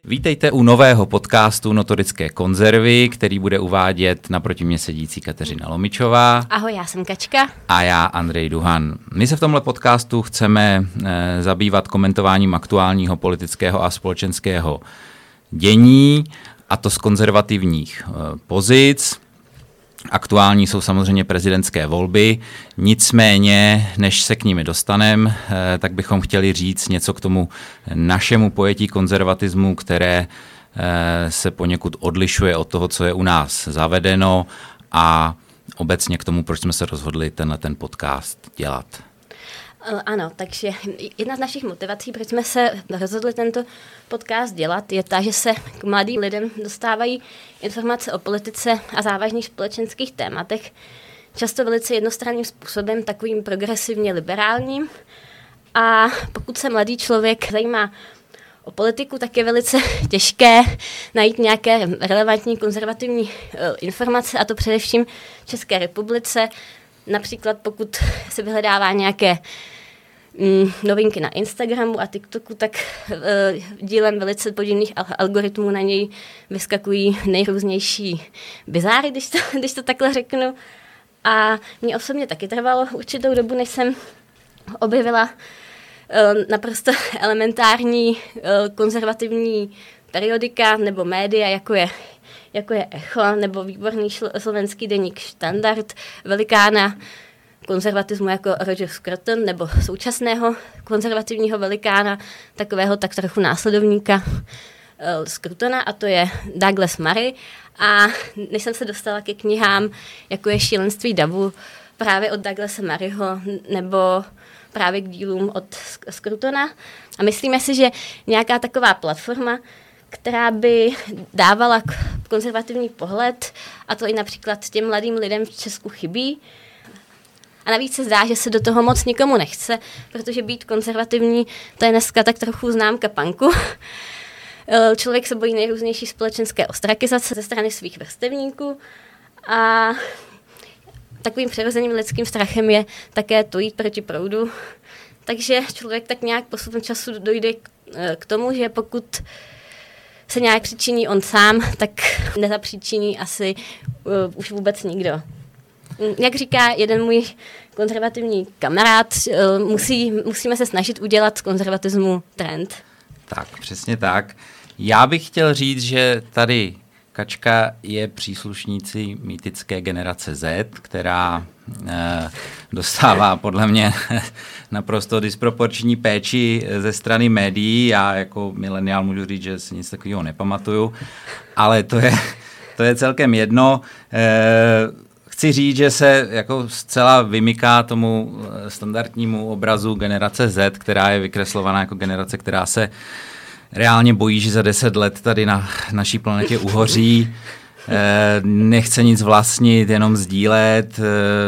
Vítejte u nového podcastu Notorické konzervy, který bude uvádět naproti mě sedící Kateřina Lomičová. Ahoj, já jsem Kačka. A já Andrej Duhan. My se v tomhle podcastu chceme zabývat komentováním aktuálního politického a společenského dění, a to z konzervativních pozic. Aktuální jsou samozřejmě prezidentské volby, nicméně, než se k nimi dostaneme, tak bychom chtěli říct něco k tomu našemu pojetí konzervatismu, které se poněkud odlišuje od toho, co je u nás zavedeno, a obecně k tomu, proč jsme se rozhodli ten podcast dělat. Ano, takže jedna z našich motivací, proč jsme se rozhodli tento podcast dělat, je ta, že se k mladým lidem dostávají informace o politice a závažných společenských tématech, často velice jednostranným způsobem, takovým progresivně liberálním. A pokud se mladý člověk zajímá o politiku, tak je velice těžké najít nějaké relevantní konzervativní informace, a to především v České republice. Například pokud se vyhledává nějaké novinky na Instagramu a TikToku, tak dílem velice podivných algoritmů na něj vyskakují nejrůznější bizáry, když to takhle řeknu. A mě osobně taky trvalo určitou dobu, než jsem objevila naprosto elementární konzervativní periodika nebo média, jako je Echo nebo výborný slovenský deník Štandard, velikána konzervatismu jako Roger Scruton, nebo současného konzervativního velikána, takového tak trochu následovníka Scrutona, a to je Douglas Murray. A než jsem se dostala ke knihám, jako je Šílenství davu, právě od Douglase Murrayho, nebo právě k dílům od Scrutona. A myslíme si, že nějaká taková platforma, která by dávala konzervativní pohled, a to i například těm mladým lidem v Česku chybí. A navíc se zdá, že se do toho moc nikomu nechce, protože být konzervativní, to je dneska tak trochu známka punku. Člověk se bojí nejrůznější společenské ostrakizace ze strany svých vrstevníků a takovým přirozeným lidským strachem je také to jít proti proudu. Takže člověk tak nějak postupem času dojde k tomu, že pokud se nějak přičiní on sám, tak nezapříčiní asi už vůbec nikdo. Jak říká jeden můj konzervativní kamarád, musíme se snažit udělat z konzervatismu trend. Tak, přesně tak. Já bych chtěl říct, že tady Kačka je příslušnící mýtické generace Z, která dostává podle mě naprosto disproporční péči ze strany médií. Já jako mileniál můžu říct, že si nic takového nepamatuju, ale to je celkem jedno. Chci říct, že se jako zcela vymyká tomu standardnímu obrazu generace Z, která je vykreslovaná jako generace, která se reálně bojí, že za 10 let tady na naší planetě uhoří, nechce nic vlastnit, jenom sdílet,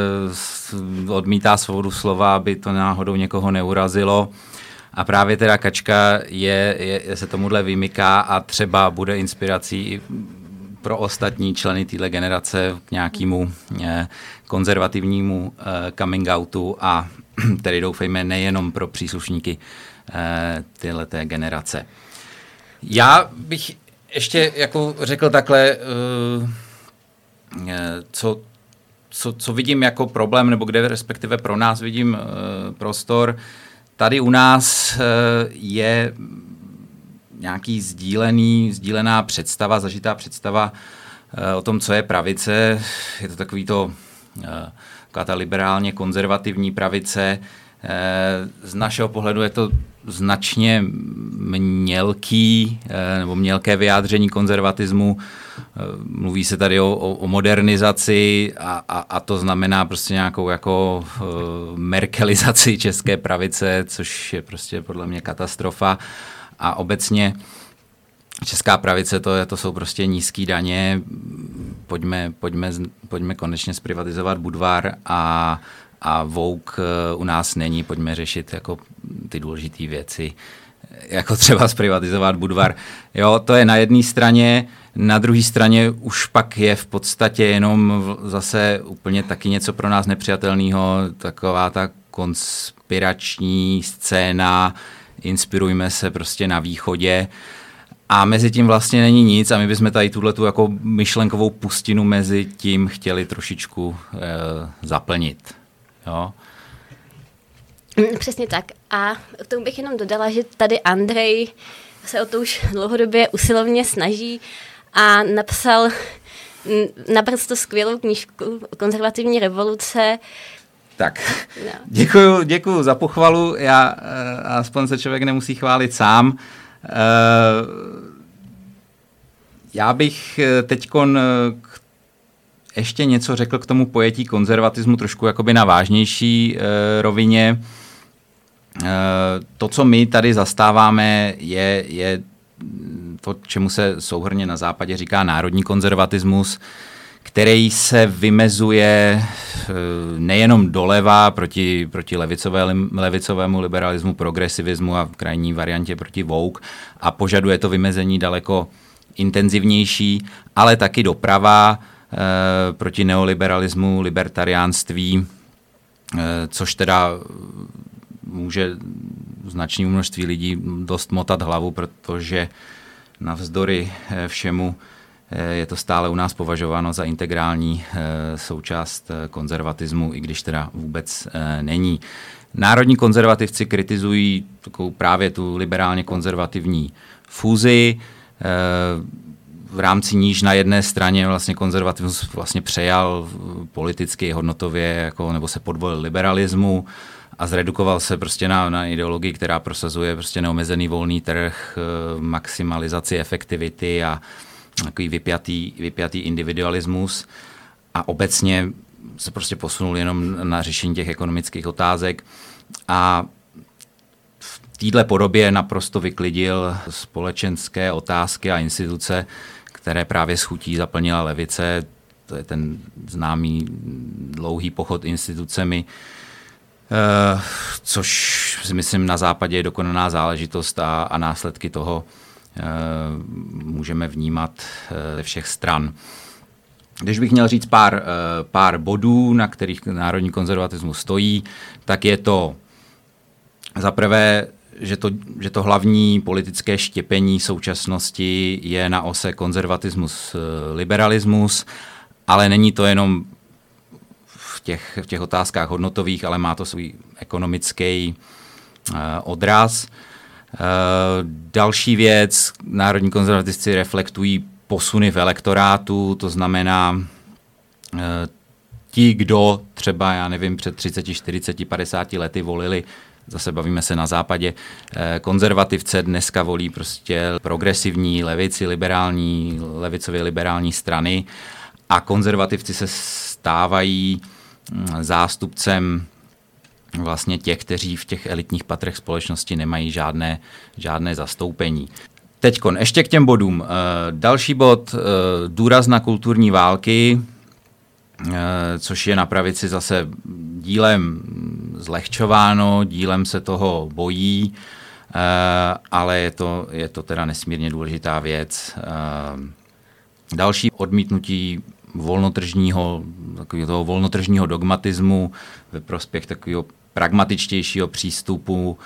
odmítá svobodu slova, aby to náhodou někoho neurazilo. A právě teda Kačka se tomuhle vymyká a třeba bude inspirací pro ostatní členy téhle generace k nějakému konzervativnímu coming outu, a tedy doufejme nejenom pro příslušníky téhleté generace. Já bych ještě jako řekl takhle, co vidím jako problém, nebo kde respektive pro nás vidím prostor. Tady u nás je nějaký sdílená představa, zažitá představa o tom, co je pravice. Je to taková ta liberálně konzervativní pravice. Z našeho pohledu je to značně mělké vyjádření konzervatismu. Mluví se tady o modernizaci a to znamená prostě nějakou jako merkelizaci české pravice, což je prostě podle mě katastrofa. A obecně česká pravice, to jsou prostě nízký daně, pojďme konečně zprivatizovat Budvar a Vogue u nás není, pojďme řešit jako ty důležité věci, jako třeba zprivatizovat Budvar. Jo, to je na jedné straně, na druhé straně už pak je v podstatě jenom zase úplně taky něco pro nás nepřijatelného, taková ta konspirační scéna, inspirujme se prostě na východě. A mezi tím vlastně není nic a my bychom tady tuhletu jako myšlenkovou pustinu mezi tím chtěli trošičku zaplnit. Jo? Přesně tak. A k tomu bych jenom dodala, že tady Andrej se o to už dlouhodobě usilovně snaží a napsal naprosto skvělou knížku Konzervativní revoluce. Tak, děkuju za pochvalu. Aspoň se člověk nemusí chválit sám. Já bych teďkon ještě něco řekl k tomu pojetí konzervatismu trošku jakoby na vážnější rovině. To, co my tady zastáváme, je to, čemu se souhrnně na západě říká národní konzervatismus, který se vymezuje nejenom doleva proti levicovému liberalismu, progresivismu a v krajní variantě proti woke a požaduje to vymezení daleko intenzivnější, ale taky doprava proti neoliberalismu, libertariánství, což teda může značnému množství lidí dost motat hlavu, protože navzdory všemu je to stále u nás považováno za integrální součást konzervatismu, i když teda vůbec není. Národní konzervativci kritizují právě tu liberálně konzervativní fúzi, v rámci níž na jedné straně vlastně konzervativismus vlastně přejal politicky, hodnotově, nebo se podvolil liberalismu a zredukoval se prostě na ideologii, která prosazuje prostě neomezený volný trh, maximalizaci efektivity a takový vypjatý individualismus a obecně se prostě posunul jenom na řešení těch ekonomických otázek a v této podobě naprosto vyklidil společenské otázky a instituce, které právě s chutí zaplnila levice. To je ten známý dlouhý pochod institucemi, což si myslím na západě je dokonaná záležitost a následky toho můžeme vnímat ze všech stran. Když bych měl říct pár bodů, na kterých národní konzervatismus stojí, tak je to za prvé, že to hlavní politické štěpení současnosti je na ose konzervatismus-liberalismus, ale není to jenom v těch otázkách hodnotových, ale má to svůj ekonomický odraz. Další věc, národní konzervativci reflektují posuny v elektorátu, to znamená ti, kdo třeba, já nevím, před 30, 40, 50 lety volili, zase bavíme se na západě, konzervativce dneska volí prostě progresivní levicově liberální strany a konzervativci se stávají zástupcem vlastně těch, kteří v těch elitních patrech společnosti nemají žádné zastoupení. Teďkon ještě k těm bodům. Další bod, důraz na kulturní války, což je na pravici zase dílem zlehčováno, dílem se toho bojí, ale je to teda nesmírně důležitá věc. Další odmítnutí volnotržního dogmatismu ve prospěch takového pragmatičtějšího přístupu,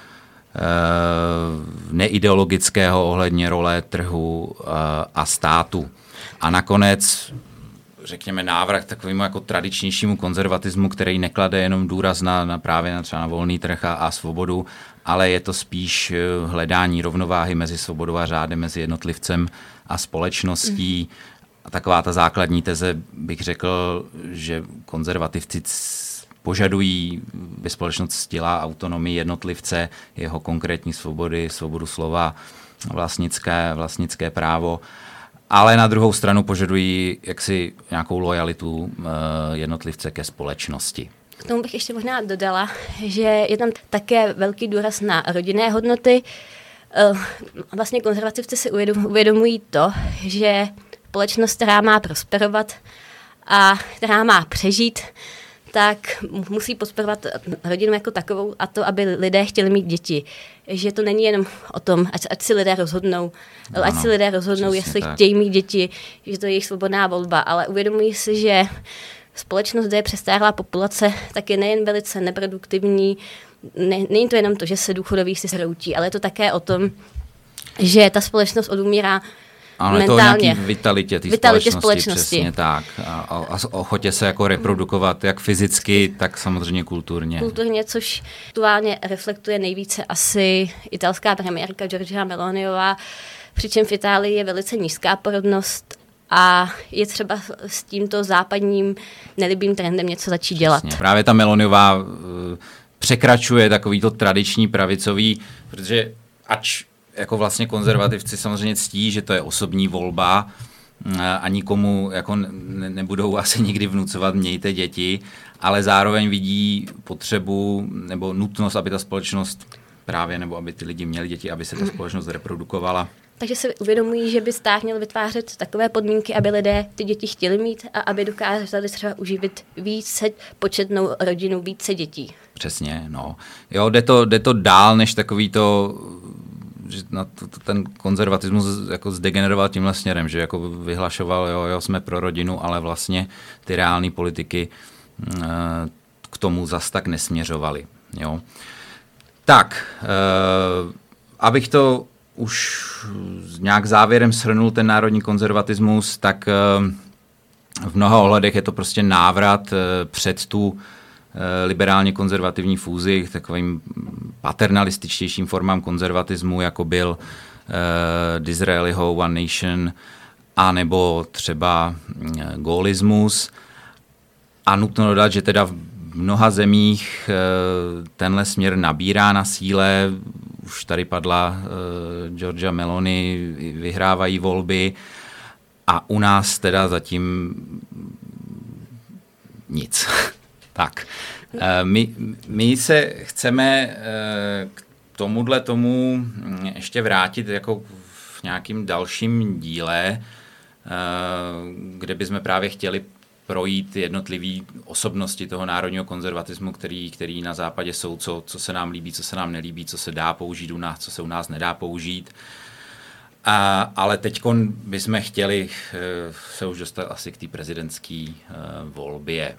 neideologického ohledně role trhu a státu. A nakonec, řekněme, návrat k takovému jako tradičnějšímu konzervatismu, který neklade jenom důraz právě třeba na volný trh a svobodu, ale je to spíš hledání rovnováhy mezi svobodou a řádem, mezi jednotlivcem a společností. A taková ta základní teze, bych řekl, že konzervativci požadují, aby společnost ctila autonomii jednotlivce, jeho konkrétní svobody, svobodu slova, vlastnické právo, ale na druhou stranu požadují jaksi nějakou lojalitu jednotlivce ke společnosti. K tomu bych ještě možná dodala, že je tam také velký důraz na rodinné hodnoty. Vlastně konzervativci si uvědomují to, že společnost, která má prosperovat a která má přežít, tak musí podporovat rodinu jako takovou a to, aby lidé chtěli mít děti. Že to není jenom o tom, ať si lidé rozhodnou, jestli tak chtějí mít děti, že to je jejich svobodná volba, ale uvědomují si, že společnost, kde je přestárlá populace, tak je nejen velice neproduktivní, není to jenom to, že se důchodový si zhroutí, ale je to také o tom, že ta společnost odumírá ano, mentálně. Je to o nějaký vitalitě společnosti. Přesně tak. A ochotě se jako reprodukovat jak fyzicky, tak samozřejmě kulturně. Kulturně, což aktuálně reflektuje nejvíce asi italská premiérka Giorgia Meloniová, přičem v Itálii je velice nízká porodnost a je třeba s tímto západním nelibým trendem něco začít dělat. Přesně. Právě ta Meloniová překračuje takovýto tradiční pravicový, protože ač jako vlastně konzervativci samozřejmě ctí, že to je osobní volba a nikomu jako nebudou asi nikdy vnucovat mějte děti, ale zároveň vidí potřebu nebo nutnost, aby ta společnost právě, nebo aby ty lidi měli děti, aby se ta společnost reprodukovala. Takže si uvědomují, že by stát měl vytvářet takové podmínky, aby lidé ty děti chtěli mít a aby dokázali třeba uživit více početnou rodinu, více dětí. Přesně, no. Jo, jde to dál, než takový to, že ten konzervatismus jako zdegeneroval tímhle směrem, že jako vyhlašoval, jo, jsme pro rodinu, ale vlastně ty reální politiky k tomu zas tak nesměřovaly. Jo. Tak, abych to už nějak závěrem shrnul ten národní konzervatismus, tak v mnoha ohledech je to prostě návrat před tu liberálně konzervativní fúzi k takovým paternalističtějším formám konzervatismu, jako byl Disraeliho One Nation, anebo třeba gaullismus. A nutno dodat, že teda v mnoha zemích tenhle směr nabírá na síle. Už tady padla Giorgia Meloni, vyhrávají volby a u nás teda zatím nic. Tak, my se chceme k tomu ještě vrátit jako v nějakým dalším díle, kde bychom právě chtěli projít jednotlivý osobnosti toho národního konzervatismu, který na západě jsou, co se nám líbí, co se nám nelíbí, co se dá použít u nás, co se u nás nedá použít. Ale teďkon bychom chtěli se už dostat asi k té prezidentské volbě.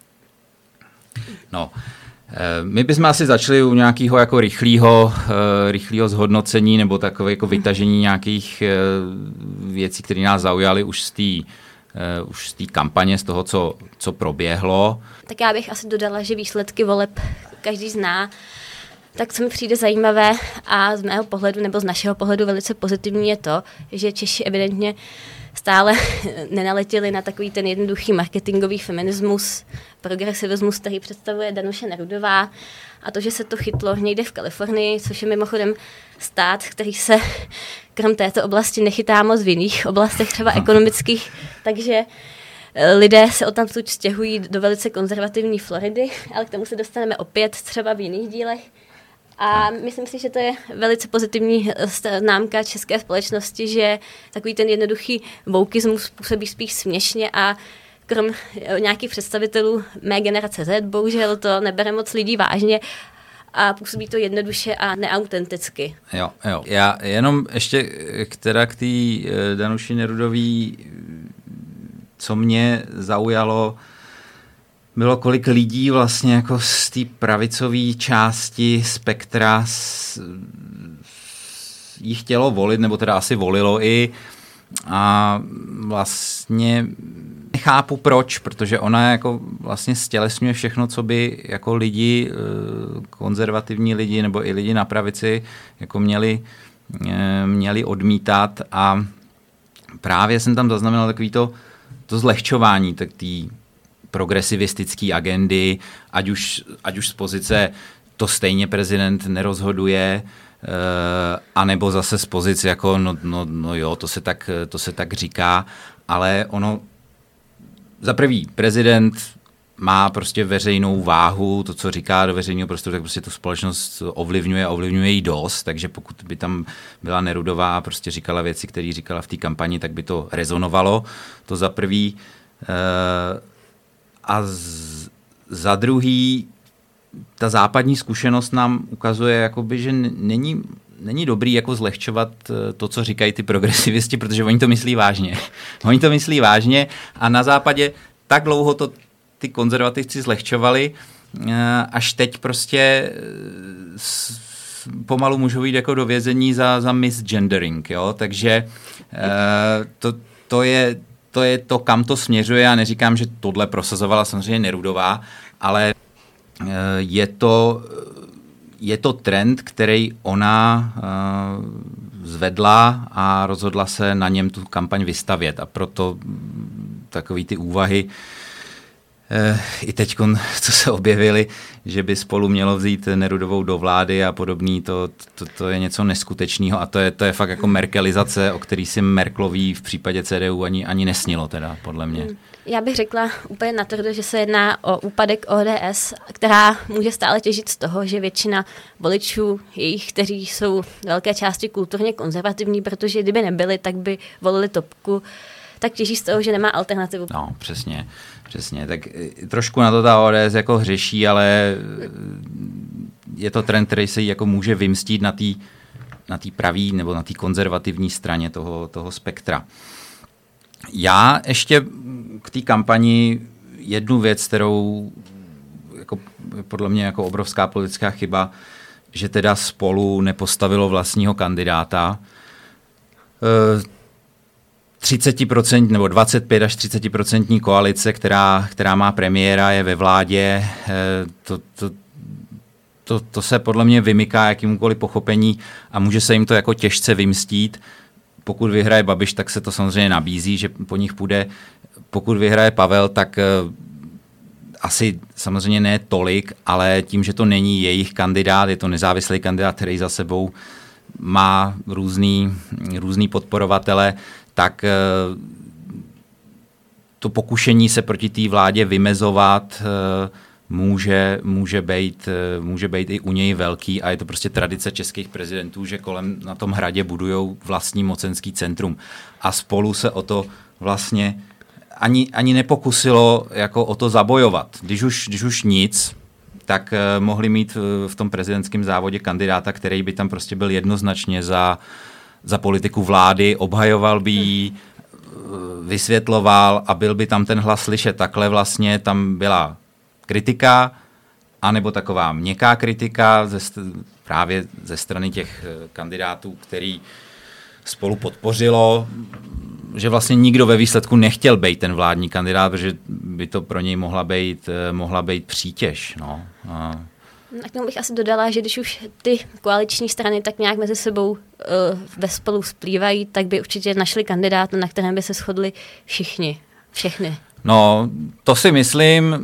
No, my bychom asi začali u nějakého jako rychlého zhodnocení nebo takové jako vytažení nějakých věcí, které nás zaujaly už z té kampaně, z toho, co proběhlo. Tak já bych asi dodala, že výsledky voleb každý zná. Tak co mi přijde zajímavé a z mého pohledu nebo z našeho pohledu velice pozitivní je to, že Češi evidentně stále nenaletěli na takový ten jednoduchý marketingový feminismus, progresivismus, který představuje Danuše Nerudová, a to, že se to chytlo někde v Kalifornii, což je mimochodem stát, který se krom této oblasti nechytá moc v jiných oblastech, třeba ekonomických, takže lidé se odtamtud stěhují do velice konzervativní Floridy, ale k tomu se dostaneme opět třeba v jiných dílech. A myslím si, že to je velice pozitivní známka české společnosti, že takový ten jednoduchý wokeismus působí spíš směšně a krom nějakých představitelů mé generace Z, bohužel to nebere moc lidí vážně a působí to jednoduše a neautenticky. Jo. Já jenom ještě k té Danuši Nerudový, co mě zaujalo, bylo, kolik lidí vlastně jako z té pravicové části spektra jí chtělo volit, nebo teda asi volilo i. A vlastně nechápu proč, protože ona jako vlastně stělesňuje všechno, co by jako lidi, konzervativní lidi nebo i lidi na pravici jako měli odmítat. A právě jsem tam zaznamenal takový to zlehčování tak té progresivistické agendy, ať už z pozice to stejně prezident nerozhoduje, anebo zase z pozice jako no jo, to se tak říká, ale ono za prvý, prezident má prostě veřejnou váhu, to, co říká do veřejného prostoru, tak prostě tu společnost ovlivňuje jí dost, takže pokud by tam byla Nerudová a prostě říkala věci, které říkala v té kampani, tak by to rezonovalo, to za prvý. A za druhý, ta západní zkušenost nám ukazuje, jakoby, že není dobrý jako zlehčovat to, co říkají ty progresivisti, protože oni to myslí vážně. Oni to myslí vážně a na západě tak dlouho to ty konzervativci zlehčovali, až teď prostě pomalu můžou jít jako do vězení za misgendering, jo, takže to je to, kam to směřuje. Já neříkám, že tohle prosazovala samozřejmě Nerudová, ale je to trend, který ona zvedla a rozhodla se na něm tu kampaň vystavět. A proto takový ty úvahy i teď, co se objevily, že by Spolu mělo vzít Nerudovou do vlády a podobný, to je něco neskutečného a to je fakt jako merkelizace, o který si Merkelový v případě CDU ani nesnilo teda, podle mě. Já bych řekla úplně natvrdo, že se jedná o úpadek ODS, která může stále těžit z toho, že většina voličů jejich, kteří jsou v velké části kulturně konzervativní, protože kdyby nebyli, tak by volili Topku, tak těží z toho, že nemá alternativu. No, přesně. Tak trošku na to ta ODS jako hřeší, ale je to trend, který se jí jako může vymstít na té pravý nebo na té konzervativní straně toho spektra. Já ještě k té kampani jednu věc, kterou jako, podle mě jako obrovská politická chyba, že teda Spolu nepostavilo vlastního kandidáta. 30% nebo 25 až 30% koalice, která má premiéra, je ve vládě. To se podle mě vymyká jakýmukoliv pochopení a může se jim to jako těžce vymstít. Pokud vyhraje Babiš, tak se to samozřejmě nabízí, že po nich půjde. Pokud vyhraje Pavel, tak asi samozřejmě ne tolik, ale tím, že to není jejich kandidát, je to nezávislý kandidát, který za sebou má různý podporovatele, tak to pokušení se proti té vládě vymezovat může být i u něj velký a je to prostě tradice českých prezidentů, že kolem na tom hradě budujou vlastní mocenský centrum. A Spolu se o to vlastně ani nepokusilo jako o to zabojovat. Když už nic, tak mohli mít v tom prezidentském závodě kandidáta, který by tam prostě byl jednoznačně za politiku vlády, obhajoval by ji, vysvětloval a byl by tam ten hlas slyšet. Takhle vlastně tam byla kritika, anebo taková měkká kritika právě ze strany těch kandidátů, který Spolu podpořilo, že vlastně nikdo ve výsledku nechtěl být ten vládní kandidát, protože by to pro něj mohla být přítěž. No. A k tomu bych asi dodala, že když už ty koaliční strany tak nějak mezi sebou ve Spolu splývají, tak by určitě našli kandidáta, na kterém by se shodli všechny. No, to si myslím.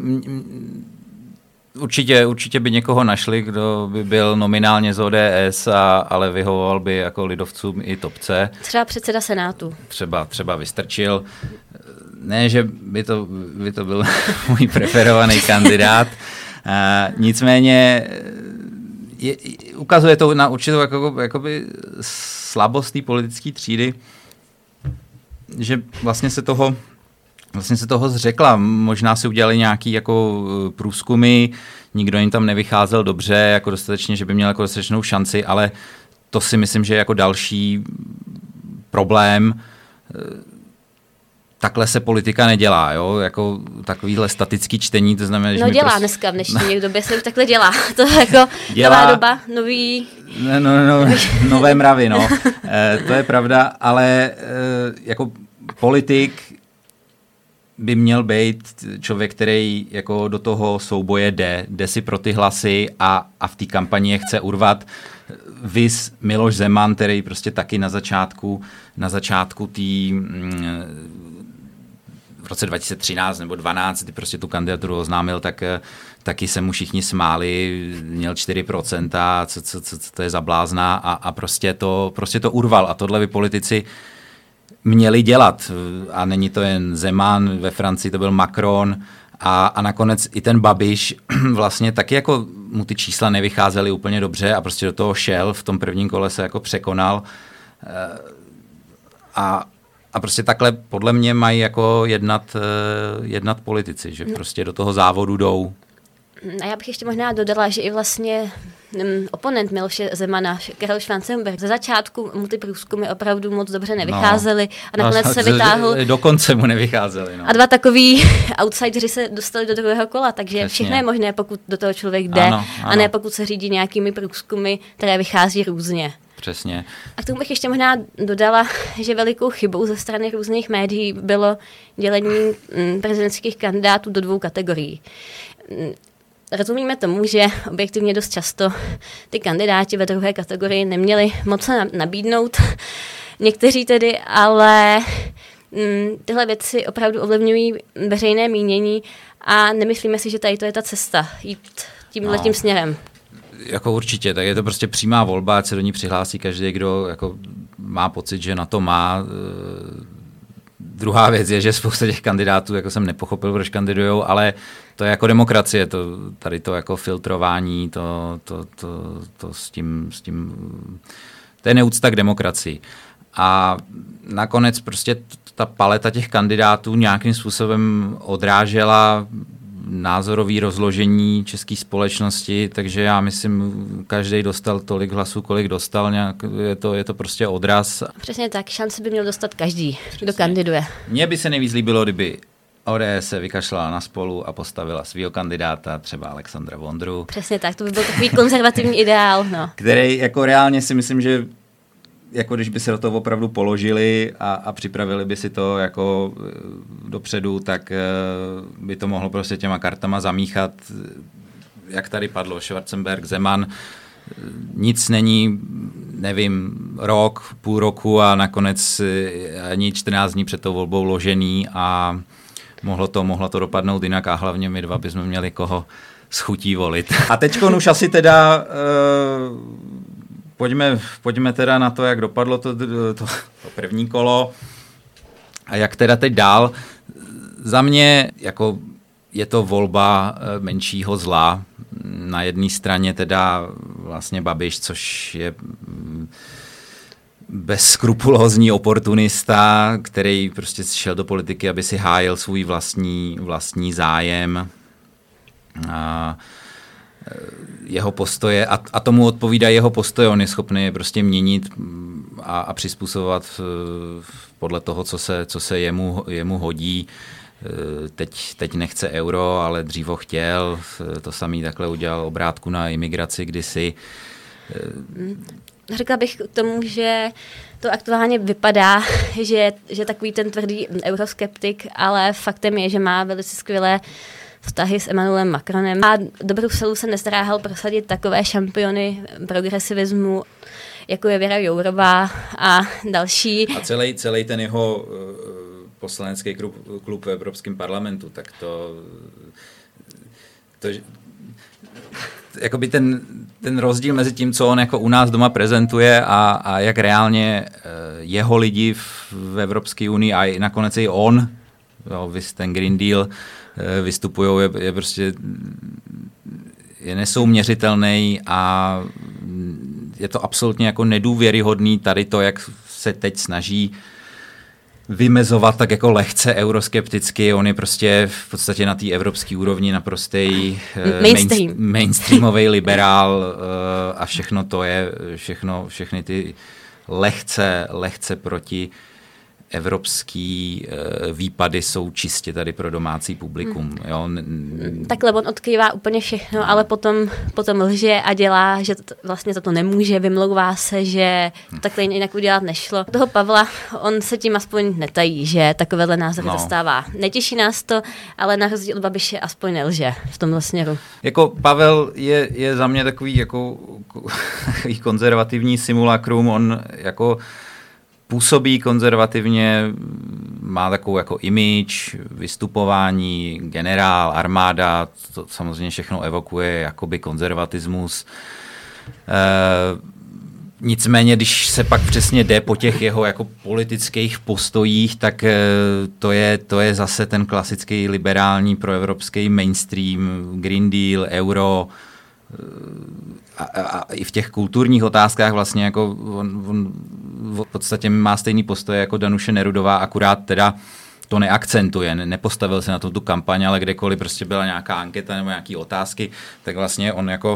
Určitě by někoho našli, kdo by byl nominálně z ODS, ale vyhovoval by jako lidovcům i Topce. Třeba předseda Senátu. Třeba Vystrčil. Ne, že by to byl můj preferovaný kandidát. Nicméně ukazuje to na určitou jakoby slabost té politické třídy, že vlastně se toho zřekla. Možná si udělali nějaký jako průzkumy, nikdo jim tam nevycházel dobře, jako dostatečně, že by měl jako dostatečnou šanci, ale to si myslím, že je jako další problém. Takhle se politika nedělá, jo? Jako takovýhle statický čtení, to znamená, že dělá dneska v dnešní době se už takhle dělá. To je jako nová doba, nový... Nové mravy, no. To je pravda, ale jako politik by měl být člověk, který jako do toho souboje jde si pro ty hlasy a v té kampani je chce urvat. Viz Miloš Zeman, který prostě taky na začátku v roce 2013 nebo 2012, kdy prostě tu kandidaturu oznámil, tak taky se mu všichni smáli, měl 4%, co to je za blázna a prostě to urval. A tohle by politici měli dělat. A není to jen Zeman, ve Francii to byl Macron a nakonec i ten Babiš vlastně taky jako mu ty čísla nevycházely úplně dobře a prostě do toho šel, v tom prvním kole se jako překonal a prostě takhle podle mě mají jako jednat politici, že prostě do toho závodu jdou. A já bych ještě možná dodala, že i vlastně oponent Miloše Zemana, Karel Schwarzenberg, ze začátku mu ty průzkumy opravdu moc dobře nevycházely a nakonec se vytáhl. Dokonce mu nevycházely. No. A dva takový outsideri se dostali do druhého kola, takže přesně. Všechno je možné, pokud do toho člověk jde, ano. A ne pokud se řídí nějakými průzkumy, které vychází různě. Přesně. A k tomu bych ještě možná dodala, že velikou chybou ze strany různých médií bylo dělení prezidentských kandidátů do 2 kategorií. Rozumíme tomu, že objektivně dost často ty kandidáti ve 2. kategorii neměli moc nabídnout, někteří tedy, ale tyhle věci opravdu ovlivňují veřejné mínění a nemyslíme si, že tady to je ta cesta, jít tímhletím směrem. Jako určitě, tak je to prostě přímá volba, ať se do ní přihlásí každý, kdo jako má pocit, že na to má. Druhá věc je, že spousta těch kandidátů, jako jsem nepochopil, proč kandidujou, ale to je jako demokracie, tady to jako filtrování, to s tím, to je neúcta k demokracii. A nakonec prostě ta paleta těch kandidátů nějakým způsobem odrážela názorový rozložení české společnosti, takže já myslím, každý dostal tolik hlasů, kolik dostal, je to prostě odraz. Přesně tak, šanci by měl dostat každý, kdo kandiduje. Mně by se nejvíc líbilo, kdyby ODS se vykašlala na Spolu a postavila svého kandidáta, třeba Alexandra Vondru. Přesně tak, to by byl takový konzervativní ideál. No. Který jako reálně si myslím, že jako když by se do toho opravdu položili a připravili by si to jako dopředu, tak by to mohlo prostě těma kartama zamíchat, jak tady padlo, Schwarzenberg, Zeman, nic není, nevím, rok, půl roku a nakonec ani 14 dní před tou volbou ložený a mohlo to dopadnout jinak a hlavně my dva bychom měli koho s chutí volit. A teďko už asi teda Pojďme teda na to, jak dopadlo to první kolo a jak teda teď dál. Za mě jako je to volba menšího zla. Na jedné straně teda vlastně Babiš, což je bezskrupulózní oportunista, který prostě šel do politiky, aby si hájil svůj vlastní zájem. A jeho postoje, a tomu odpovídá jeho postoje, on je schopný je prostě měnit a přizpůsobovat podle toho, co se jemu hodí. Teď nechce euro, ale dřív ho chtěl, to samý takhle udělal obrátku na imigraci kdysi. Řekla bych k tomu, že to aktuálně vypadá, že takový ten tvrdý euroskeptik, ale faktem je, že má velice skvělé vztahy s Emmanuelem Macronem a do Bruselu se nezdráhal prosadit takové šampiony progresivismu, jako je Věra Jourová a další. A celý ten jeho poslanecký klub v Evropském parlamentu, tak to jakoby ten rozdíl mezi tím, co on jako u nás doma prezentuje a jak reálně jeho lidi v Evropské unii a nakonec i on, ten Green Deal, vystupují, je prostě nesouměřitelný a je to absolutně jako nedůvěryhodný tady to, jak se teď snaží vymezovat tak jako lehce euroskepticky. On je prostě v podstatě na té evropské úrovni naprostý mainstreamový liberál a všechno to je, všechny ty lehce proti evropský výpady jsou čistě tady pro domácí publikum. Jo? Takhle on odkrývá úplně všechno, ale potom lže a dělá, že vlastně za to nemůže, vymlouvá se, že to takhle jinak udělat nešlo. Toho Pavla, on se tím aspoň netají, že takovéhle názory zastává. Netěší nás to, ale na rozdíl od Babiše aspoň nelže v tomhle směru. Jako Pavel je za mě takový jako konzervativní simulakrum, on jako působí konzervativně, má takovou jako image, vystupování, generál, armáda, to samozřejmě všechno evokuje jakoby konzervatismus. Nicméně, když se pak přesně jde po těch jeho jako politických postojích, tak to je zase ten klasický liberální proevropský mainstream, Green Deal, euro, a i v těch kulturních otázkách vlastně jako on v podstatě má stejný postoj jako Danuše Nerudová, akurát teda to neakcentuje, nepostavil se na tu kampaň, ale kdekoliv prostě byla nějaká anketa nebo nějaké otázky, tak vlastně on jako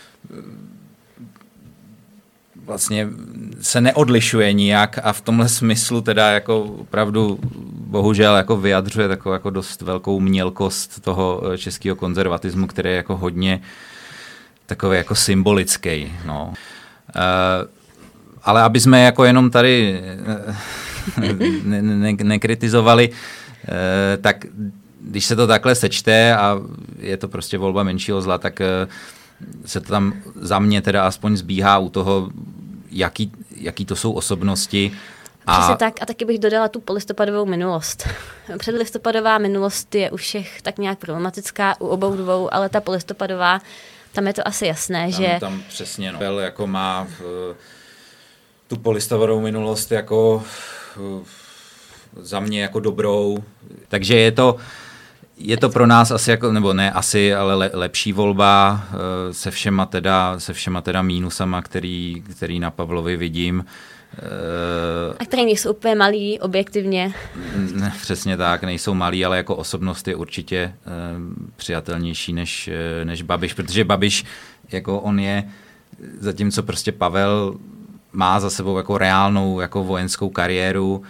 vlastně se neodlišuje nijak a v tomhle smyslu teda jako opravdu bohužel jako vyjadřuje takovou jako dost velkou mělkost toho českého konzervatismu, který je jako hodně takový jako symbolický. No. Ale aby jsme jako jenom tady nekritizovali, tak když se to takhle sečte a je to prostě volba menšího zla, tak se to tam za mě teda aspoň zbíhá u toho, jaký to jsou osobnosti. Přesně tak a taky bych dodala tu polistopadovou minulost. Předlistopadová minulost je u všech tak nějak problematická, u obou dvou, ale ta polistopadová, tam je to asi jasné, že... Tam přesně, no. Jako má tu polistopadovou minulost jako za mě jako dobrou, takže je to pro nás asi jako, nebo ne asi, ale lepší volba se všema teda mínusama, který na Pavlovi vidím. A které nejsou úplně malý, objektivně. Ne, přesně tak, nejsou malý, ale jako osobnost je určitě přijatelnější než Babiš, protože Babiš, jako on je, zatímco prostě Pavel má za sebou jako reálnou jako vojenskou kariéru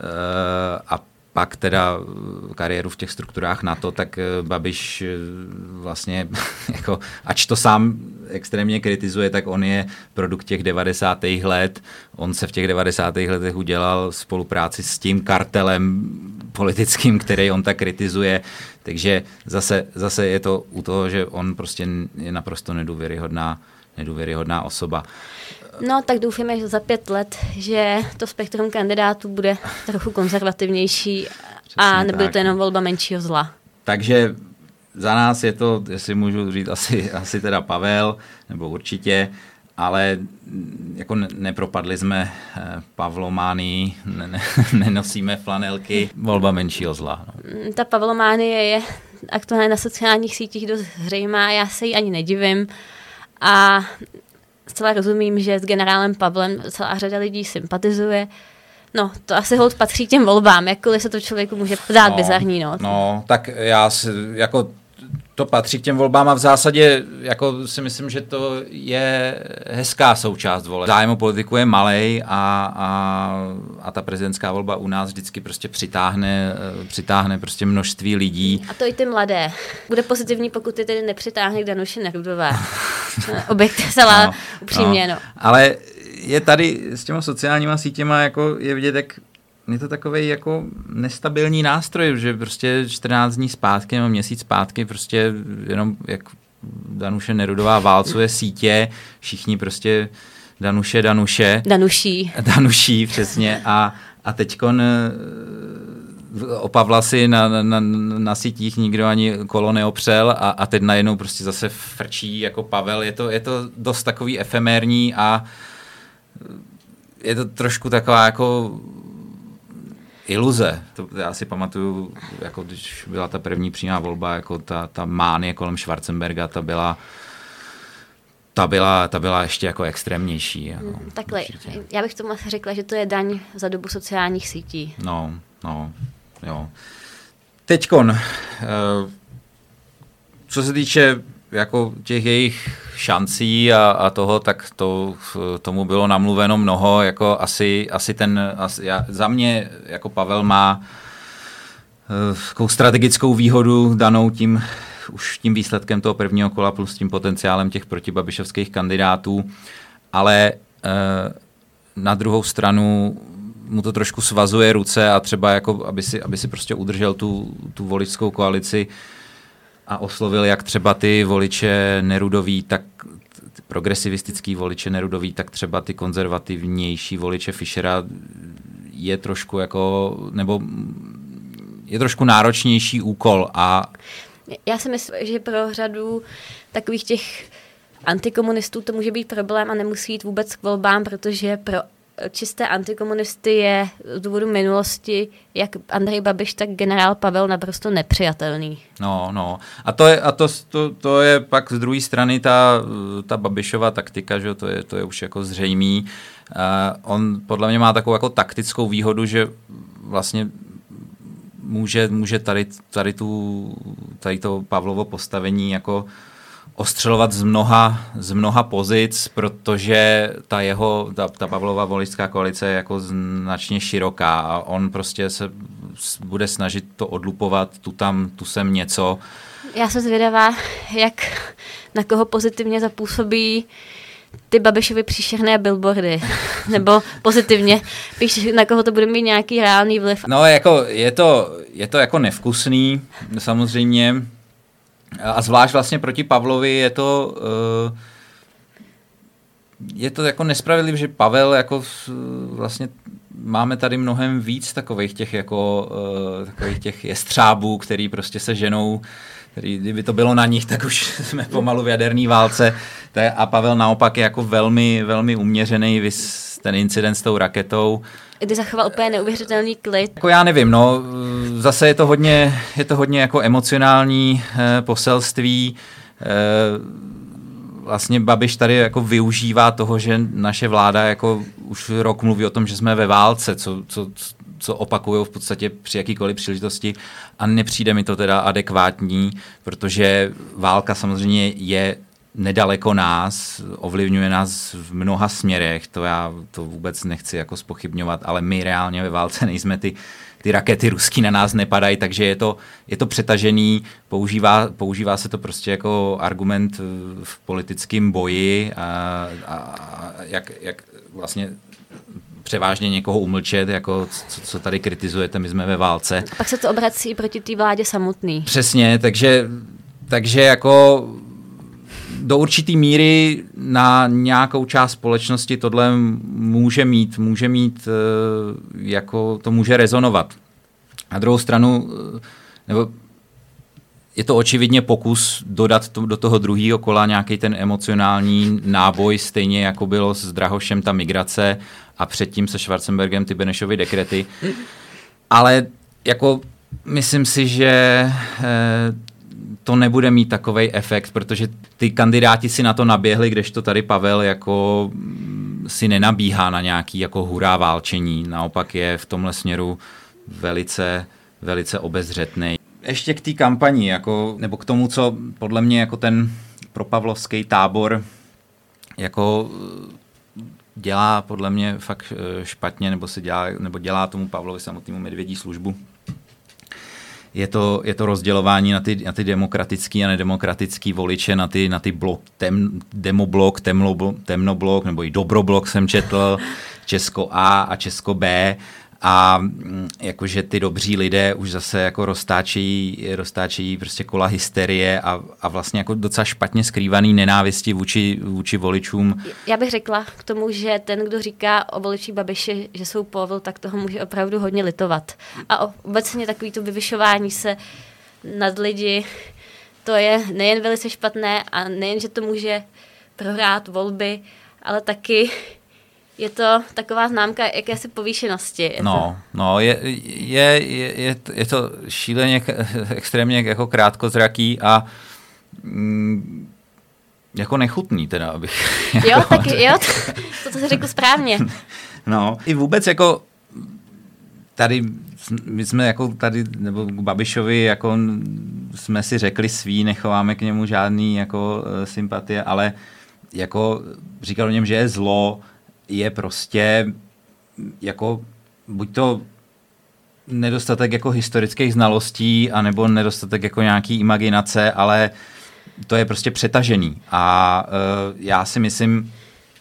a pak teda kariéru v těch strukturách NATO, tak Babiš vlastně, jako, ač to sám extrémně kritizuje, tak on je produkt těch 90. let. On se v těch 90. letech udělal spolupráci s tím kartelem politickým, který on tak kritizuje. Takže zase je to u toho, že on prostě je naprosto nedůvěryhodná osoba. No, tak doufáme, že za 5 let, že to spektrum kandidátů bude trochu konzervativnější a nebude to jenom volba menšího zla. Takže za nás je to, jestli můžu říct, asi teda Pavel, nebo určitě, ale jako nepropadli jsme Pavlománii, nenosíme flanelky, volba menšího zla. No. Ta Pavlománie je aktuálně na sociálních sítích dost zřejmá, já se jí ani nedivím a zcela rozumím, že s generálem Pavlem celá řada lidí sympatizuje. No, to asi holt patří těm volbám, jakkoliv se to člověku může zdát bizarní. No, tak já jako to patří k těm volbám a v zásadě jako si myslím, že to je hezká součást voleb. Zájem o politiku je malej a ta prezidentská volba u nás vždycky prostě přitáhne prostě množství lidí. A to i ty mladé. Bude pozitivní, pokud je tedy nepřitáhne k Danuši Nerudové. Objekt celá upřímně, no. Ale je tady s těma sociálníma sítěma jako je vidět, jak je to takový jako nestabilní nástroj, že prostě 14 dní zpátky nebo měsíc zpátky prostě jenom jak Danuše Nerudová válcuje sítě, všichni prostě Danuší, přesně a teďkon o Pavla si na sítích nikdo ani kolo neopřel a teď najednou prostě zase frčí jako Pavel, je to dost takový efemérní a je to trošku taková jako iluze. To já si pamatuju, jako když byla ta první přímá volba, jako ta mánie kolem Schwarzenberga, ta byla ještě jako extrémnější. Jako, takhle, já bych tomu asi řekla, že to je daň za dobu sociálních sítí. No, jo. Teďkon, co se týče jako těch jejich šancí a toho, tak tomu bylo namluveno mnoho, jako za mě jako Pavel má takovou strategickou výhodu danou tím výsledkem toho prvního kola plus tím potenciálem těch protibabišovských kandidátů, ale na druhou stranu mu to trošku svazuje ruce a třeba jako, aby si prostě udržel tu voličskou koalici a oslovil jak třeba ty voliče Nerudový, tak ty progresivistický voliče Nerudový, tak třeba ty konzervativnější voliče Fischera je trošku jako, nebo je trošku náročnější úkol a já si myslím, že pro řadu takových těch antikomunistů to může být problém a nemusí jít vůbec k volbám, protože pro čisté antikomunisty je z důvodu minulosti jak Andrej Babiš, tak generál Pavel naprosto nepřijatelný. No. A to je pak z druhé strany ta Babišova taktika, že to je už jako zřejmý. On podle mě má takovou jako taktickou výhodu, že vlastně může tady to Pavlovo postavení jako ostřelovat z mnoha pozic, protože ta Pavlova voličská koalice je jako značně široká a on prostě se bude snažit to odlupovat tu sem něco. Já jsem zvědavá, jak na koho pozitivně zapůsobí ty Babišovy příšerné billboardy. Nebo pozitivně, na koho to bude mít nějaký reálný vliv. No, jako je to jako nevkusný, samozřejmě. A zvlášť vlastně proti Pavlovi je to jako nespravedlivé, že Pavel jako vlastně máme tady mnohem víc takových těch jestřábů, který prostě se ženou, kdyby to bylo na nich, tak už jsme pomalu v jaderné válce. A Pavel naopak je jako velmi, velmi uměřený, ten incident s tou raketou. Kdy zachoval úplně neuvěřitelný klid. Jako já nevím, no, zase je to hodně jako emocionální poselství. Vlastně Babiš tady jako využívá toho, že naše vláda jako už rok mluví o tom, že jsme ve válce, co opakujou v podstatě při jakýkoliv příležitosti a nepřijde mi to teda adekvátní, protože válka samozřejmě je nedaleko nás, ovlivňuje nás v mnoha směrech, to vůbec nechci jako zpochybňovat, ale my reálně ve válce nejsme, ty rakety ruský na nás nepadají, takže je to přetažený, používá se to prostě jako argument v politickém boji a jak vlastně převážně někoho umlčet, jako co tady kritizujete, my jsme ve válce. Pak se to obrací proti té vládě samotný. Přesně, takže jako do určitý míry na nějakou část společnosti tohle může mít jako to může rezonovat. Na druhou stranu, nebo je to očividně pokus dodat do toho druhého kola nějaký ten emocionální náboj, stejně jako bylo s Drahošem ta migrace a předtím se Schwarzenbergem ty Benešovy dekrety. Ale jako myslím si, že to nebude mít takovej efekt, protože ty kandidáti si na to naběhli, kdežto tady Pavel jako si nenabíhá na nějaký jako hurá válčení. Naopak je v tomhle směru velice, velice obezřetný. Ještě k té kampani, jako, nebo k tomu, co podle mě jako ten propavlovský tábor jako dělá podle mě fakt špatně, nebo dělá tomu Pavlovi samotnému medvědí službu. Je to rozdělování na ty demokratický a nedemokratický voliče, na ty demoblok, temnoblok, nebo i dobroblok jsem četl, Česko A a Česko B. A jakože ty dobří lidé už zase jako roztáčejí prostě kola hysterie a vlastně jako docela špatně skrývaný nenávisti vůči voličům. Já bych řekla k tomu, že ten, kdo říká o voličích Babiše, že jsou povol, tak toho může opravdu hodně litovat. A obecně takovýto vyvyšování se nad lidi, to je nejen velice špatné a nejen, že to může prohrát volby, ale taky je to taková známka jakési povýšenosti. Je to šíleně, extrémně jako krátkozraký a jako nechutný teda, abych... To jsi řekl správně. No, i vůbec jako tady, my jsme jako tady, nebo k Babišovi, jako jsme si řekli svý, nechováme k němu žádný jako sympatie, ale jako říkal o něm, že je zlo, je prostě jako buď to nedostatek jako historických znalostí, anebo nedostatek jako nějaký imaginace, ale to je prostě přetažený. A já si myslím,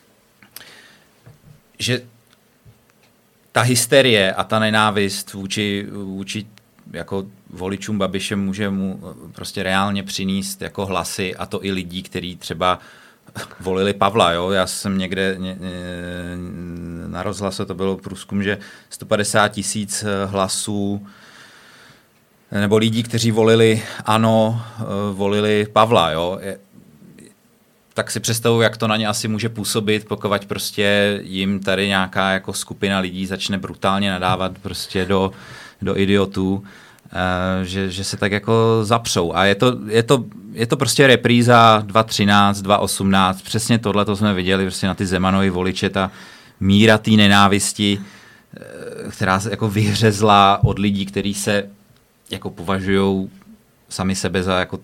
že ta hysterie a ta nenávist vůči jako voličům Babiše může mu prostě reálně přinést jako hlasy, a to i lidí, kteří třeba volili Pavla, jo. Já jsem někde na rozhlase, to bylo průzkum, že 150 000 hlasů nebo lidí, kteří volili ANO, volili Pavla, jo. Tak si představuji, jak to na ně asi může působit, pokud prostě jim tady nějaká jako skupina lidí začne brutálně nadávat prostě do idiotů, že se tak jako zapřou. A je to prostě repríza 2013, 2018, přesně tohle to jsme viděli prostě na ty Zemanovy voliče, ta míra té nenávisti, která se jako vyhřezla od lidí, kteří se jako považujou sami sebe za jako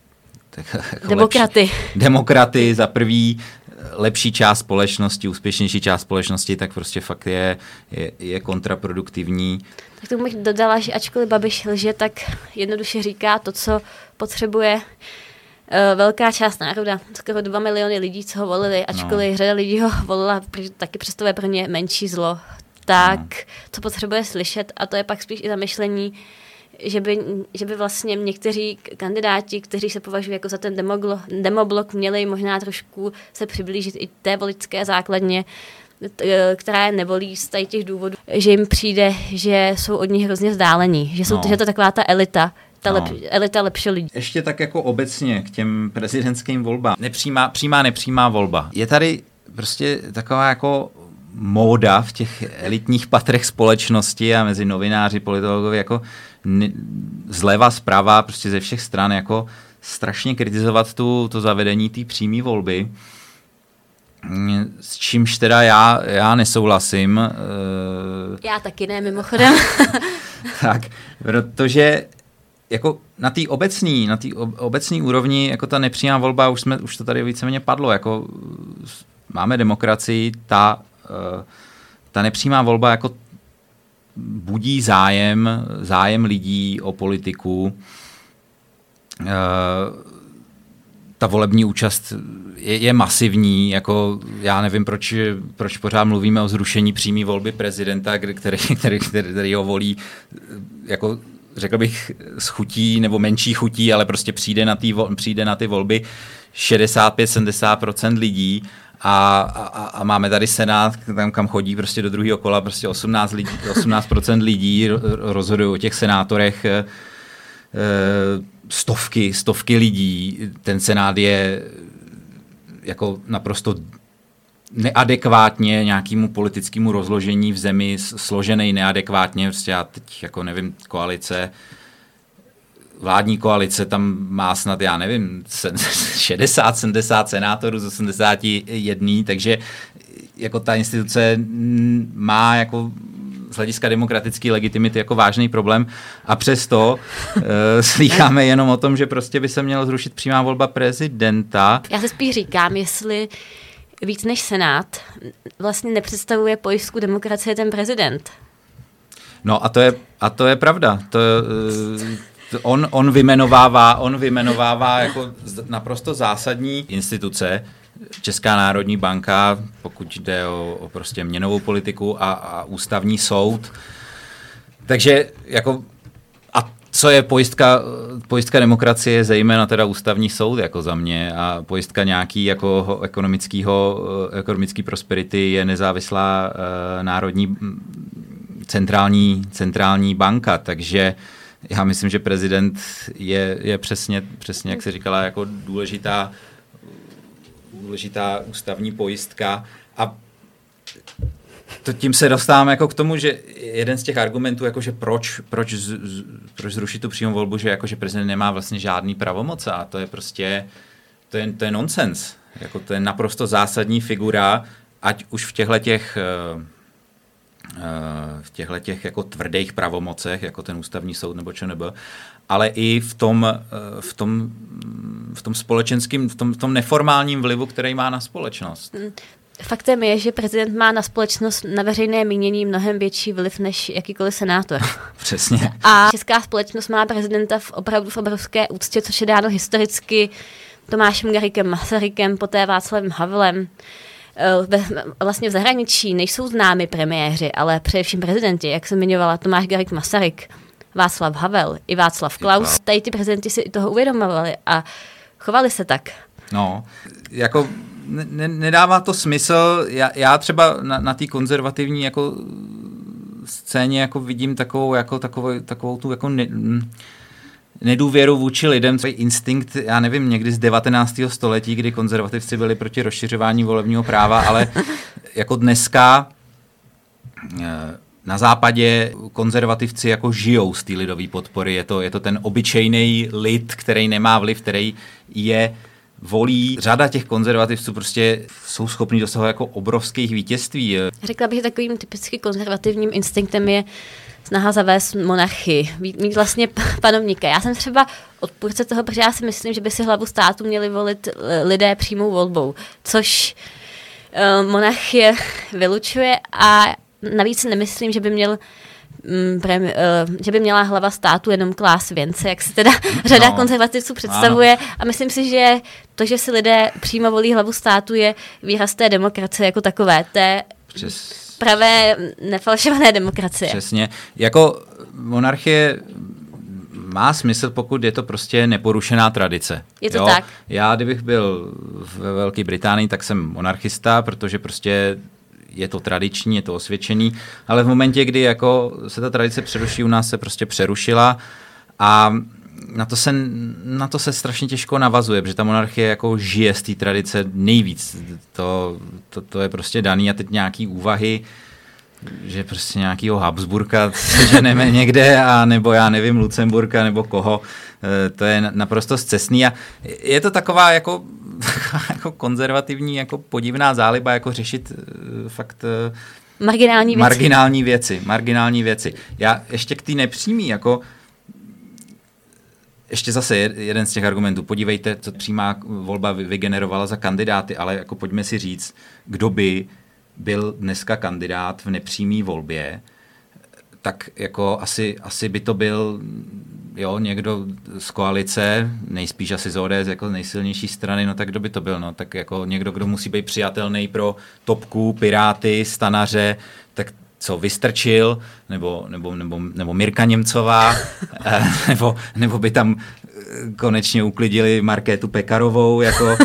demokraty za prvý, lepší část společnosti, úspěšnější část společnosti, tak prostě fakt je kontraproduktivní. Tak tomu bych dodala, že ačkoliv Babiš lže, tak jednoduše říká to, co potřebuje velká část národa, skoro 2 miliony lidí, co ho volili, ačkoliv řada lidí ho volila, protože taky představuje pro ně menší zlo, tak co potřebuje slyšet, a to je pak spíš i zamyšlení, že by vlastně někteří kandidáti, kteří se považují jako za ten demoblok, měli možná trošku se přiblížit i té voličské základně, která je nevolí z těch důvodů, že jim přijde, že jsou od nich hrozně vzdálení, že je to taková ta elita, elita lepší lidí. Ještě tak jako obecně k těm prezidentským volbám. Nepřímá volba. Je tady prostě taková jako móda v těch elitních patrech společnosti a mezi novináři, politologovi jako zleva, zprava, prostě ze všech stran jako strašně kritizovat to zavedení té přímé volby, s čímž teda já nesouhlasím. Já taky ne, mimochodem. Tak, protože jako na té obecné úrovni jako ta nepřímá volba, už to tady víceméně padlo, jako máme demokracii, ta nepřímá volba jako budí zájem lidí o politiku. Ta volební účast je masivní, jako já nevím, proč pořád mluvíme o zrušení přímé volby prezidenta, který ho volí, jako řekl bych s chutí nebo menší chutí, ale prostě přijde na ty volby 65-70% lidí a máme tady Senát, tam kam chodí prostě do druhého kola prostě 18% lidí rozhodují o těch senátorech, stovky lidí. Ten Senát je jako naprosto neadekvátně nějakému politickému rozložení v zemi složený neadekvátně. Prostě já teď jako nevím, vládní koalice tam má snad, já nevím, 60-70 senátorů z 81, takže jako ta instituce má jako z hlediska demokratické legitimity jako vážný problém a přesto slýcháme jenom o tom, že prostě by se mělo zrušit přímá volba prezidenta. Já se spíš říkám, jestli víc než Senát vlastně nepředstavuje pojistku demokracie ten prezident. No a to je pravda. On vyjmenovává jako naprosto zásadní instituce, Česká národní banka, pokud jde o prostě měnovou politiku a ústavní soud. Takže jako a co je pojistka demokracie, zejména teda ústavní soud jako za mě a pojistka nějaký jako ekonomický prosperity je nezávislá národní centrální banka, takže já myslím, že prezident je přesně, jak se říkala, jako důležitá ústavní pojistka a tím se dostáváme jako k tomu, že jeden z těch argumentů, jakože proč zrušit tu přímou volbu, že jakože prezident nemá vlastně žádný pravomoc a to je prostě, to je nonsens. Jako to je naprosto zásadní figura, ať už v těchhletěch jako tvrdých pravomocech, jako ten ústavní soud nebo ČNB, ale i v tom společenském, v tom neformálním vlivu, který má na společnost. Faktem je, že prezident má na společnost, na veřejné mínění mnohem větší vliv než jakýkoliv senátor. Přesně. A česká společnost má prezidenta opravdu v obrovské úctě, což je dáno historicky Tomášem Garriguem Masarykem, poté Václavem Havlem. Vlastně v zahraničí nejsou známi premiéři, ale především prezidenti, jak jsem zmiňovala, Tomáš Garrigue Masaryk, Václav Havel i Václav Klaus. Tady ty prezidenti si toho uvědomovali a chovali se tak. No, jako nedává to smysl. Já třeba na té konzervativní jako scéně jako vidím takovou tu jako nedůvěru vůči lidem, co je instinkt, já nevím, někdy z 19. století, kdy konzervativci byli proti rozšiřování volebního práva, ale jako dneska na západě konzervativci jako žijou z té lidové podpory. Je to ten obyčejný lid, který nemá vliv, který je volí. Řada těch konzervativců prostě jsou schopní dosahovat jako obrovských vítězství. Řekla bych, že takovým typicky konzervativním instinktem je snaha zavést monarchii, mít vlastně panovníka. Já jsem třeba odpůrce toho, protože já si myslím, že by si hlavu státu měli volit lidé přímou volbou, což monarchie vylučuje a navíc nemyslím, že by měla hlava státu jenom klást věnce, jak si teda řada konzervativců představuje. A myslím si, že to, že si lidé přímo volí hlavu státu, je výraz té demokracie jako takové. Pravé nefalšované demokracie. Přesně. Jako monarchie má smysl, pokud je to prostě neporušená tradice. Je to tak. Já, kdybych byl ve Velké Británii, tak jsem monarchista, protože prostě je to tradiční, je to osvědčený, ale v momentě, kdy jako se ta tradice přeruší, u nás se prostě přerušila a na to se strašně těžko navazuje, protože ta monarchie jako žije z té tradice nejvíc. To je prostě daný a teď nějaký úvahy, že prostě nějakýho Habsburka seženeme někde, a nebo já nevím, Lucemburka nebo koho, to je naprosto scestný a je to taková jako konzervativní, jako podivná záliba, jako řešit fakt marginální věci. Já ještě k té nepřímý, jako ještě zase jeden z těch argumentů. Podívejte, co přímá volba vygenerovala za kandidáty, ale jako pojďme si říct, kdo by byl dneska kandidát v nepřímé volbě, tak jako asi by to byl někdo z koalice, nejspíš asi z ODS jako nejsilnější strany, no tak kdo by to byl? No tak jako někdo, kdo musí být přijatelný pro topku, Piráty, Stanaře, tak co Vystrčil, nebo Mirka Němcová, nebo by tam konečně uklidili Markétu Pekarovou, jako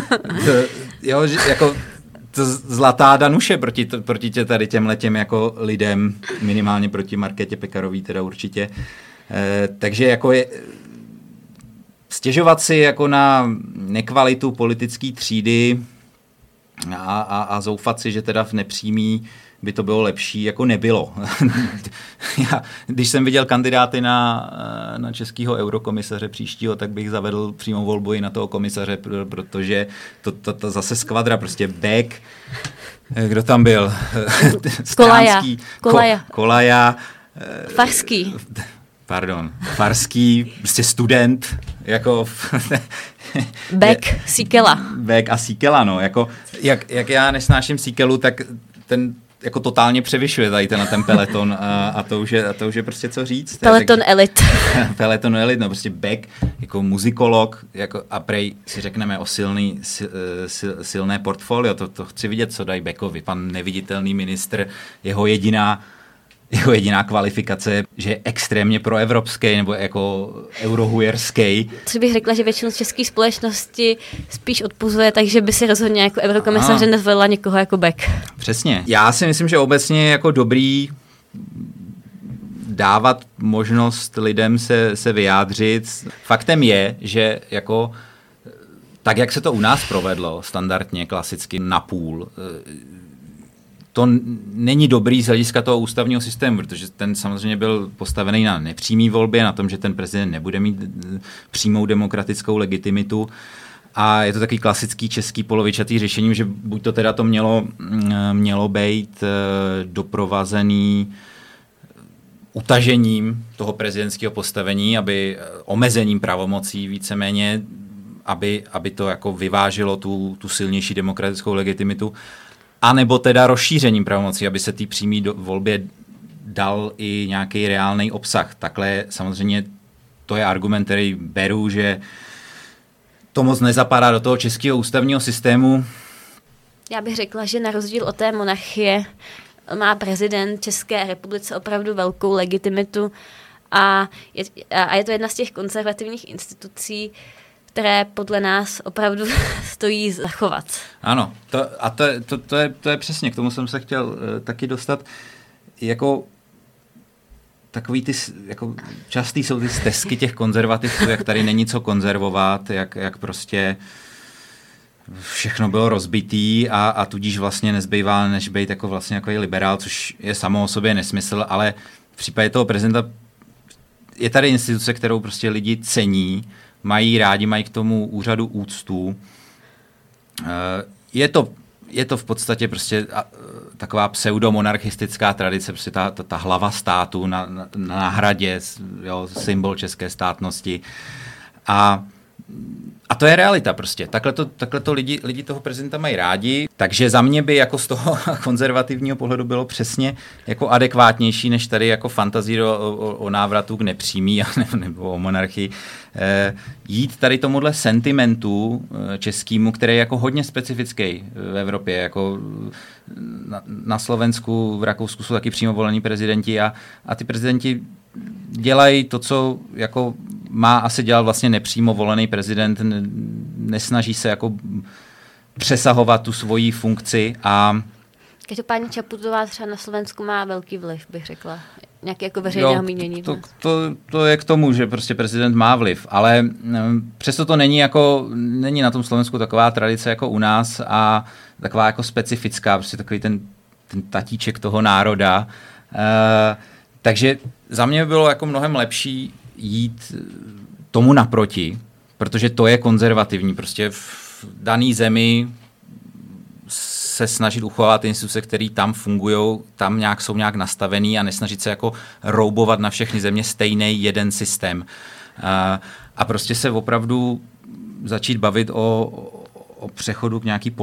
zlatá Danuše proti tady těmhletěm jako lidem, minimálně proti Markétě Pekarový teda určitě. Takže jako stěžovat si jako na nekvalitu politické třídy a zoufat si, že teda v nepřímý by to bylo lepší, jako nebylo. Když jsem viděl kandidáty na českého eurokomisaře příštího, tak bych zavedl přímou volbu i na toho komisaře, protože to zase skvadra, prostě Beck, kdo tam byl? Kolaja. Farský, prostě student, jako... Beck a Síkela, no, jako, jak já nesnáším Síkelu, tak ten jako totálně převyšuje tady ten peleton a to už je prostě co říct. Peleton elit. Peleton elit, no prostě Beck jako muzikolog jako, a prej si řekneme o silné portfolio, to chci vidět, co dají Beckovi. Pan neviditelný ministr, jeho jediná kvalifikace, že je extrémně proevropský nebo jako eurohujerský. Co bych řekla, že většinu české společnosti spíš odpuzuje, takže by si rozhodně jako eurokomisaře nezvolila někoho jako Beck. Přesně. Já si myslím, že obecně je jako dobrý dávat možnost lidem se vyjádřit. Faktem je, že jako tak, jak se to u nás provedlo, standardně, klasicky napůl, to není dobrý z hlediska toho ústavního systému, protože ten samozřejmě byl postavený na nepřímé volbě, na tom, že ten prezident nebude mít přímou demokratickou legitimitu. A je to takový klasický český polovičatý řešení, že buď to teda to mělo být doprovazený utažením toho prezidentského postavení, aby omezením pravomocí víceméně, aby to jako vyvážilo tu silnější demokratickou legitimitu, a nebo teda rozšířením pravomocí, aby se té přímé volbě dal i nějaký reálný obsah. Takhle samozřejmě to je argument, který beru, že to moc nezapadá do toho českého ústavního systému. Já bych řekla, že na rozdíl od té monarchie má prezident České republice opravdu velkou legitimitu a je to jedna z těch konzervativních institucí, které podle nás opravdu stojí zachovat. Ano, to je přesně, k tomu jsem se chtěl taky dostat. Jako takový ty, jako častý jsou ty stesky těch konzervativců, jak tady není co konzervovat, jak prostě všechno bylo rozbitý a tudíž vlastně nezbývá, než být jako vlastně jako liberál, což je samo o sobě nesmysl, ale v případě toho prezidenta je tady instituce, kterou prostě lidi cení, mají rádi, mají k tomu úřadu úctu Je to v podstatě prostě taková pseudomonarchistická tradice, prostě ta hlava státu na hradě, jo, symbol české státnosti. A to je realita prostě. Takhle to lidi toho prezidenta mají rádi, takže za mě by jako z toho konzervativního pohledu bylo přesně jako adekvátnější, než tady jako fantazii o návratu k nepřímí nebo o monarchii. Jít tady tomuhle sentimentu českému, který je jako hodně specifický v Evropě, jako na Slovensku, v Rakousku jsou taky přímo volení prezidenti a ty prezidenti dělají to, co jako má asi dělat vlastně nepřímo volený prezident, nesnaží se jako přesahovat tu svoji funkci a... Každopádně Čaputová třeba na Slovensku má velký vliv, bych řekla. Nějaké jako veřejného mínění. To je k tomu, že prostě prezident má vliv, ale přesto to není na tom Slovensku taková tradice jako u nás a taková jako specifická, prostě takový ten tatíček toho národa. Takže za mě by bylo jako mnohem lepší jít tomu naproti, protože to je konzervativní. Prostě v dané zemi se snažit uchovat instituce, které tam fungují, tam jsou nějak nastavený a nesnažit se jako roubovat na všechny země stejný jeden systém. A prostě se opravdu začít bavit o přechodu k nějaký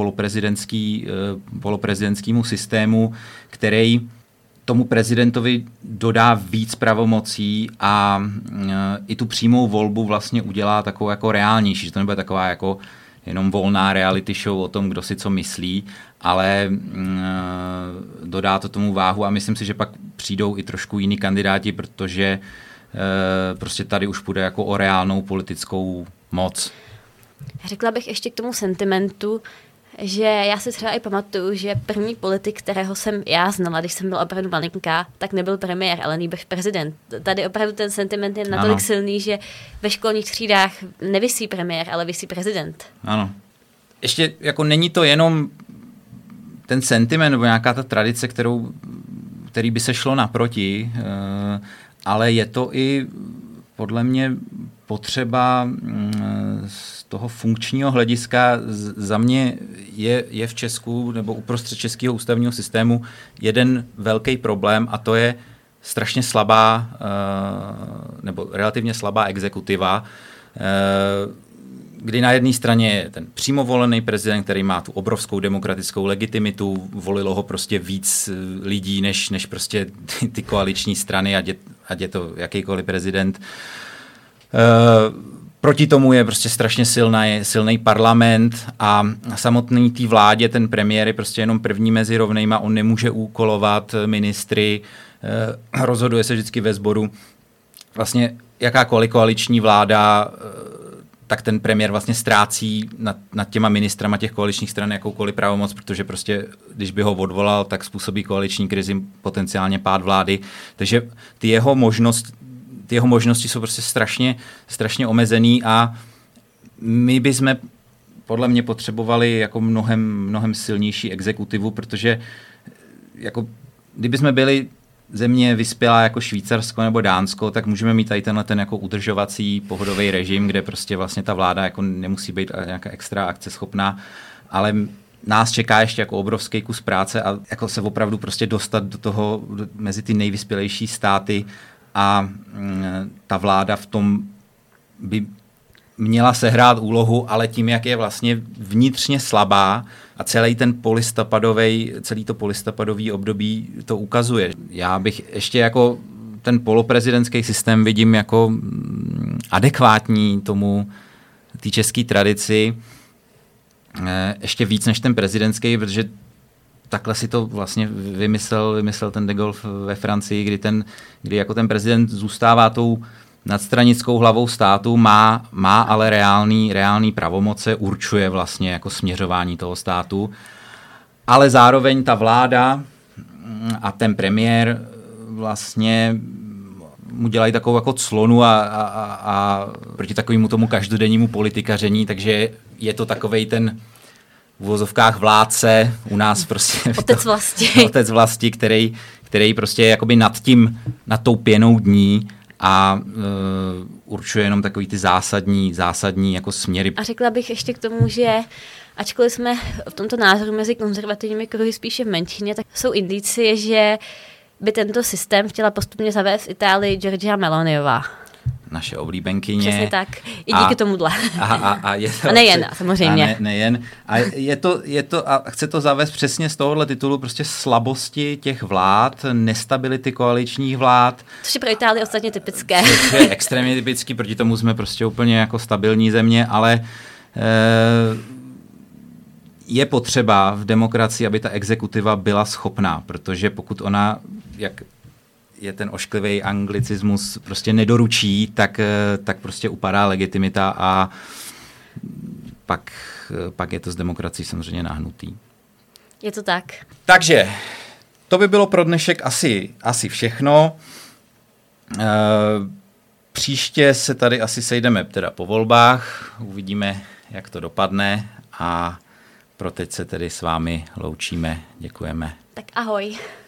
poloprezidentskému systému, který tomu prezidentovi dodá víc pravomocí a i tu přímou volbu vlastně udělá takovou jako reálnější, že to nebude taková jako jenom volná reality show o tom, kdo si co myslí, ale dodá to tomu váhu a myslím si, že pak přijdou i trošku jiní kandidáti, protože prostě tady už půjde jako o reálnou politickou moc. Řekla bych ještě k tomu sentimentu, že já si třeba i pamatuju, že první politik, kterého jsem já znala, když jsem byla opravdu malinká, tak nebyl premiér, ale nýbrž prezident. Tady opravdu ten sentiment je natolik silný, že ve školních třídách nevisí premiér, ale visí prezident. Ano. Ještě jako není to jenom ten sentiment nebo nějaká ta tradice, který by se šlo naproti, ale je to i podle mě potřeba z toho funkčního hlediska. Za mě je v Česku nebo uprostřed českého ústavního systému jeden velký problém a to je strašně slabá nebo relativně slabá exekutiva, kdy na jedné straně je ten přímo volený prezident, který má tu obrovskou demokratickou legitimitu, volilo ho prostě víc lidí, než prostě ty koaliční strany, ať je to jakýkoliv prezident. Proti tomu je prostě strašně silný parlament a samotný té vládě ten premiér je prostě jenom první mezi rovnejma, on nemůže úkolovat ministry, rozhoduje se vždycky ve sboru. Vlastně jakákoliv koaliční vláda, tak ten premiér vlastně ztrácí nad těma ministrama těch koaličních stran jakoukoliv pravomoc, protože prostě, když by ho odvolal, tak způsobí koaliční krizi, potenciálně pád vlády. Takže ty jeho možnosti jsou prostě strašně omezený a my bychom podle mě potřebovali jako mnohem silnější exekutivu, protože jako, kdybychom byli země vyspělá jako Švýcarsko nebo Dánsko, tak můžeme mít tady ten jako udržovací pohodový režim, kde prostě vlastně ta vláda jako nemusí být nějaká extra akceschopná, ale nás čeká ještě jako obrovský kus práce a jako se opravdu prostě dostat do toho mezi ty nejvyspělejší státy a ta vláda v tom by měla sehrát úlohu, ale tím, jak je vlastně vnitřně slabá a celý to polistopadový období to ukazuje. Já bych ještě jako ten poloprezidentský systém vidím jako adekvátní té české tradici ještě víc než ten prezidentský, protože takhle si to vlastně vymyslel ten de Gaulle ve Francii, kdy jako ten prezident zůstává tou nadstranickou hlavou státu, má ale reální pravomoce, určuje vlastně jako směřování toho státu, ale zároveň ta vláda a ten premiér vlastně mu dělají takovou jako clonu a proti takovému tomu každodennímu politikaření, takže je to takovej ten v uvozovkách vládce, u nás prostě otec vlasti, který prostě je jakoby nad tou pěnou dní a určuje jenom takový ty zásadní jako směry. A řekla bych ještě k tomu, že ačkoliv jsme v tomto názoru mezi konzervativními kruhy spíše v menšině, tak jsou indicie, že by tento systém chtěla postupně zavést v Itálii Giorgia Meloniová. Naše oblíbenkyně. Přesně tak. I díky tomuhle. A nejen, samozřejmě. Nejen. A a chce to zavést přesně z tohohle titulu prostě slabosti těch vlád, nestability koaličních vlád. Což je pro Itálii ostatně typické. Což je extrémně typický, proti tomu jsme prostě úplně jako stabilní země, ale je potřeba v demokracii, aby ta exekutiva byla schopná, protože pokud ona, jak je ten ošklivý anglicismus, prostě nedoručí, tak prostě upadá legitimita a pak je to z demokracií samozřejmě nahnutý. Je to tak. Takže to by bylo pro dnešek asi všechno. Příště se tady asi sejdeme teda po volbách, uvidíme, jak to dopadne a pro teď se tedy s vámi loučíme. Děkujeme. Tak ahoj.